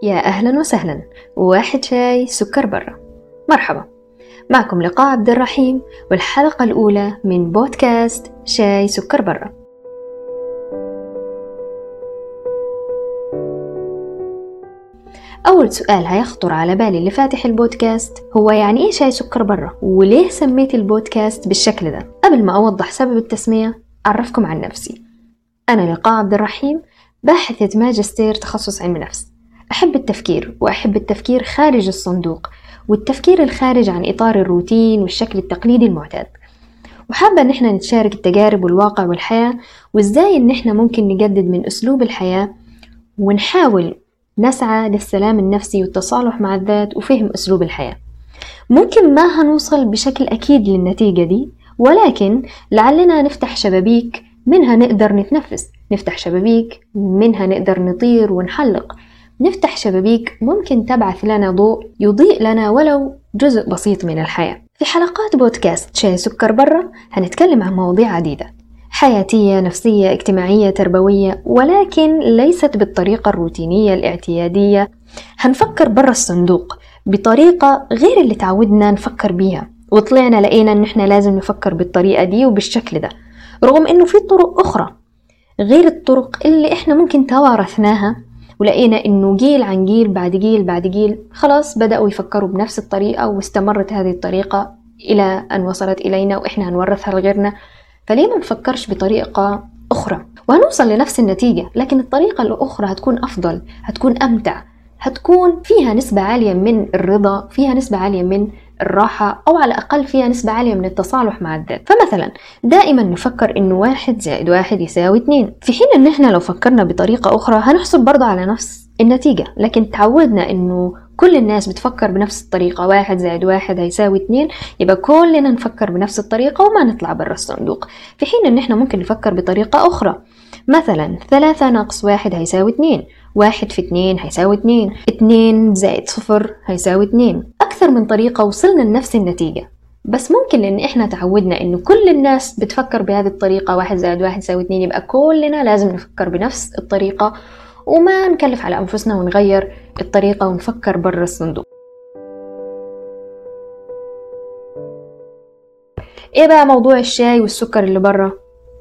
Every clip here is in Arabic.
يا أهلا وسهلا. واحد شاي سكر برا. مرحبا، معكم لقاء عبد الرحيم والحلقة الأولى من بودكاست شاي سكر برا. أول سؤال هيخطر على بالي اللي فاتح البودكاست هو يعني إيه شاي سكر برا؟ وليه سميت البودكاست بالشكل ده؟ قبل ما أوضح سبب التسمية أعرفكم عن نفسي. أنا لقاء عبد الرحيم، باحثة ماجستير تخصص علم نفس. أحب التفكير وأحب التفكير خارج الصندوق والتفكير الخارج عن إطار الروتين والشكل التقليدي المعتاد، وحابة إن احنا نتشارك التجارب والواقع والحياة وإزاي إن احنا ممكن نجدد من أسلوب الحياة ونحاول نسعى للسلام النفسي والتصالح مع الذات وفهم أسلوب الحياة. ممكن ما هنوصل بشكل أكيد للنتيجة دي، ولكن لعلنا نفتح شبابيك منها نقدر نتنفس، نفتح شبابيك منها نقدر نطير ونحلق، نفتح شبابيك ممكن تبعث لنا ضوء يضيء لنا ولو جزء بسيط من الحياة. في حلقات بودكاست شاي سكر برا هنتكلم عن مواضيع عديدة، حياتية، نفسية، اجتماعية، تربوية، ولكن ليست بالطريقة الروتينية الاعتيادية. هنفكر برا الصندوق بطريقة غير اللي تعودنا نفكر بيها، وطلعنا لقينا ان احنا لازم نفكر بالطريقة دي وبالشكل ده، رغم انه في طرق اخرى غير الطرق اللي احنا ممكن توارثناها، ولقينا انه جيل عن جيل بعد جيل بعد جيل خلاص بدأوا يفكروا بنفس الطريقة، واستمرت هذه الطريقة الى ان وصلت الينا واحنا هنورثها لغيرنا. فليه ما نفكرش بطريقة اخرى وهنوصل لنفس النتيجة، لكن الطريقة الاخرى هتكون افضل، هتكون امتع، هتكون فيها نسبة عالية من الرضا، فيها نسبة عالية من الراحة، أو على الأقل فيها نسبة عالية من التصالح مع الذات. فمثلا دائما نفكر إنه 1+1=2، في حين إن إحنا لو فكرنا بطريقة أخرى هنحصل برضه على نفس النتيجة، لكن تعودنا إنه كل الناس بتفكر بنفس الطريقة، 1+1=2، يبقى كلنا نفكر بنفس الطريقة وما نطلع برا الصندوق. في حين إن إحنا ممكن نفكر بطريقة أخرى، مثلا 3=1=2، 1+2=2، 2+0=2. أكثر من طريقة وصلنا لنفس النتيجة، بس ممكن لأن إحنا تعودنا إنه كل الناس بتفكر بهذه الطريقة 1+1=2، يبقى كلنا لازم نفكر بنفس الطريقة وما نكلف على أنفسنا ونغير الطريقة ونفكر برا الصندوق. إيه بقى موضوع الشاي والسكر اللي برا؟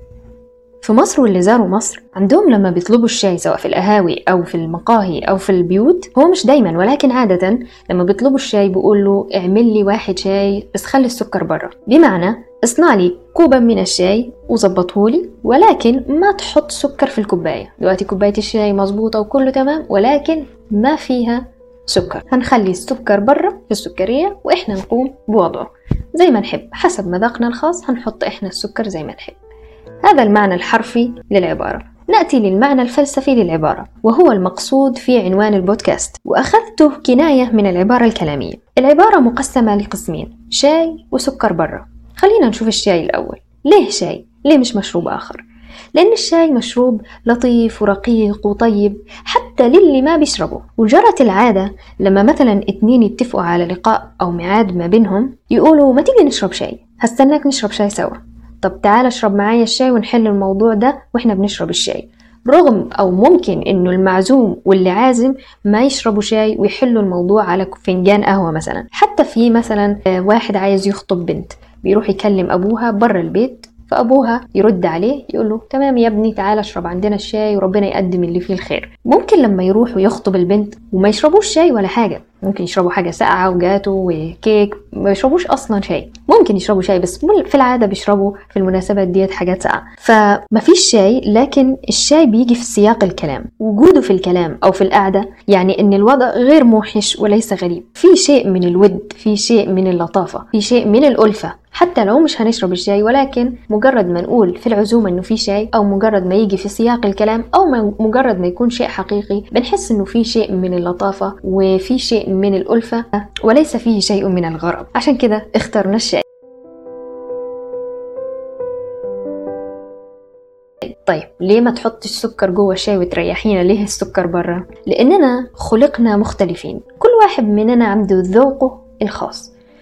في مصر واللي زاروا مصر عندهم لما بيطلبوا الشاي سواء في القهاوي أو في المقاهي أو في البيوت، هو مش دايما ولكن عادة لما بيطلبوا الشاي بيقولوا اعمل لي 1 شاي بس خلي السكر برا، بمعنى اصنع لي كوبا من الشاي وظبطهولي ولكن ما تحط سكر في الكوباية. دلوقتي كوباية الشاي مظبوطة وكله تمام ولكن ما فيها سكر، هنخلي السكر برا في السكرية وإحنا نقوم بوضعه زي ما نحب حسب مذاقنا الخاص، هنحط إحنا السكر زي ما نحب. هذا المعنى الحرفي للعبارة. نأتي للمعنى الفلسفي للعبارة وهو المقصود في عنوان البودكاست، وأخذته كناية من العبارة الكلامية. العبارة مقسمة لقسمين، شاي وسكر برا. خلينا نشوف الشاي الأول. ليه شاي؟ ليه مش مشروب آخر؟ لأن الشاي مشروب لطيف ورقيق وطيب حتى للي ما بيشربه، وجرت العادة لما مثلا 2 يتفقوا على لقاء أو ميعاد ما بينهم يقولوا ما تيجي نشرب شاي، هستناك نشرب شاي سوا، طب تعال اشرب معايا الشاي ونحل الموضوع ده واحنا بنشرب الشاي. رغم او ممكن انه المعزوم واللي عازم ما يشربوا شاي ويحلوا الموضوع على فنجان قهوة مثلا. حتى في مثلا واحد عايز يخطب بنت بيروح يكلم ابوها برا البيت، فابوها يرد عليه يقول له تمام يا ابني تعال اشرب عندنا الشاي وربنا يقدم اللي فيه الخير. ممكن لما يروح ويخطب البنت وما يشربوش شاي ولا حاجة، ممكن يشربوا حاجة ساقعة وجاتو وكيك، ما يشربوش أصلا شاي. ممكن يشربوا شاي بس في العادة بيشربوا في المناسبات ديت حاجات ساقعة، فما فيش شاي. لكن الشاي بيجي في سياق الكلام، وجوده في الكلام أو في القعدة يعني إن الوضع غير موحش وليس غريب، في شيء من الود، في شيء من اللطافة، في شيء من الألفة. حتى لو مش هنشرب الشاي ولكن مجرد ما نقول في العزومة إنه في شاي، أو مجرد ما يجي في سياق الكلام، أو مجرد ما يكون شيء حقيقي، بنحس إنه في شيء من اللطافة وفي شيء من الألفة وليس فيه شيء من الغرض. عشان كده اخترنا الشاي. طيب ليه ما تحطش السكر جوه الشاي وتريحينا؟ ليه السكر برا؟ لأننا خلقنا مختلفين، كل واحد مننا عنده ذوقه الخاص.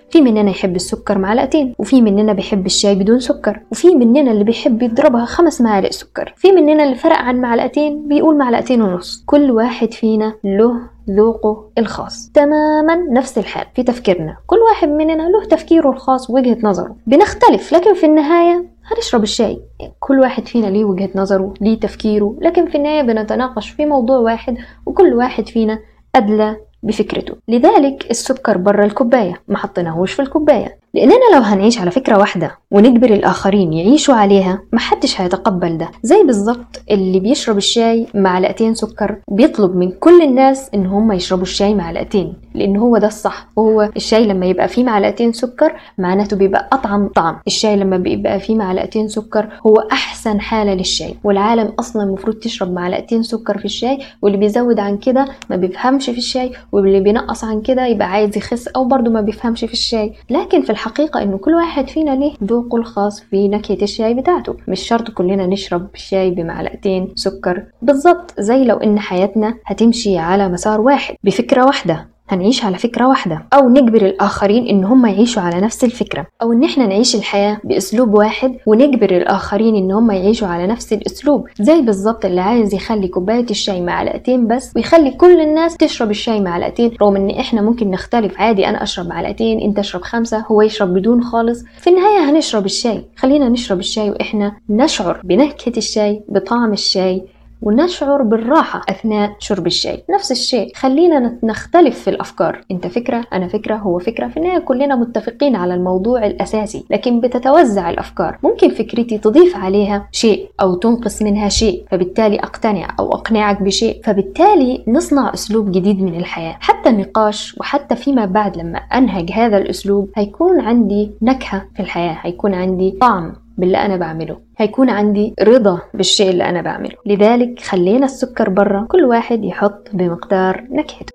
في مننا يحب السكر معلقتين، وفي مننا بيحب الشاي بدون سكر، وفي مننا اللي بيحب يضربها 5 معالق سكر، في مننا اللي فرق عن معلقتين بيقول 1.5 معلقة. كل واحد فينا له ذوقه الخاص، تماما نفس الحال في تفكيرنا، كل واحد مننا له تفكيره الخاص ووجهة نظره، بنختلف لكن في النهاية هنشرب الشاي. كل واحد فينا ليه وجهة نظره، ليه تفكيره، لكن في النهاية بنتناقش في موضوع واحد وكل واحد فينا أدلى بفكرته. لذلك السكر برا الكوباية، ما حطيناهوش في الكوباية، لأننا لو هنعيش على فكرة واحدة ونجبر الآخرين يعيشوا عليها محدش هيتقبل ده. زي بالظبط اللي بيشرب الشاي 2 معلقة سكر بيطلب من كل الناس إن هم يشربوا الشاي 2 معلقة، لأن هو ده الصح. وهو الشاي لما يبقى فيه 2 معلقة سكر معناته بيبقى أطعم طعم. الشاي لما بيبقى فيه 2 معلقة سكر هو أحسن حالة للشاي، والعالم أصلا المفروض تشرب 2 معلقة سكر في الشاي، واللي بيزود عن كده ما بيفهمش في الشاي، واللي بينقص عن كده يبقى عايز يخس أو برضو ما بيفهمش في الشاي. لكن في الحقيقة إنه كل واحد فينا له ذوقه الخاص في نكهة الشاي بتاعته، مش شرط كلنا نشرب الشاي ب2 معلقة سكر. بالضبط زي لو إن حياتنا هتمشي على مسار واحد بفكرة واحدة، هنعيش على فكرة واحدة، أو نجبر الآخرين إن هم يعيشوا على نفس الفكرة، أو إن إحنا نعيش الحياة بأسلوب واحد ونجبر الآخرين إن هم يعيشوا على نفس الأسلوب. زي بالضبط اللي عايز يخلي كوباية الشاي 2 معلقة بس ويخلي كل الناس تشرب الشاي 2 معلقة، رغم إن إحنا ممكن نختلف عادي، أنا أشرب 2 معلقة، أنت أشرب 5، هو يشرب بدون خالص. في النهاية هنشرب الشاي. خلينا نشرب الشاي وإحنا نشعر بنكهة الشاي، بطعم الشاي، ونشعر بالراحة أثناء شرب الشاي. نفس الشيء، خلينا نختلف في الأفكار، أنت فكرة أنا فكرة هو فكرة، في النهاية كلنا متفقين على الموضوع الأساسي، لكن بتتوزع الأفكار. ممكن فكرتي تضيف عليها شيء أو تنقص منها شيء، فبالتالي أقتنع أو أقنعك بشيء، فبالتالي نصنع أسلوب جديد من الحياة. حتى النقاش وحتى فيما بعد لما أنهج هذا الأسلوب هيكون عندي نكهة في الحياة، هيكون عندي طعم باللي أنا بعمله، هيكون عندي رضا بالشيء اللي أنا بعمله. لذلك خلينا السكر برا، كل واحد يحط بمقدار نكهته.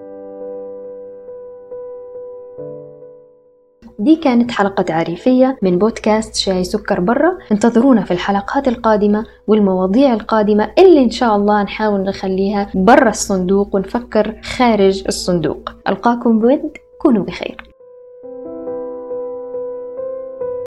دي كانت حلقة تعريفية من بودكاست شاي سكر برا. انتظرونا في الحلقات القادمة والمواضيع القادمة اللي إن شاء الله نحاول نخليها برا الصندوق ونفكر خارج الصندوق. ألقاكم بود، كونوا بخير.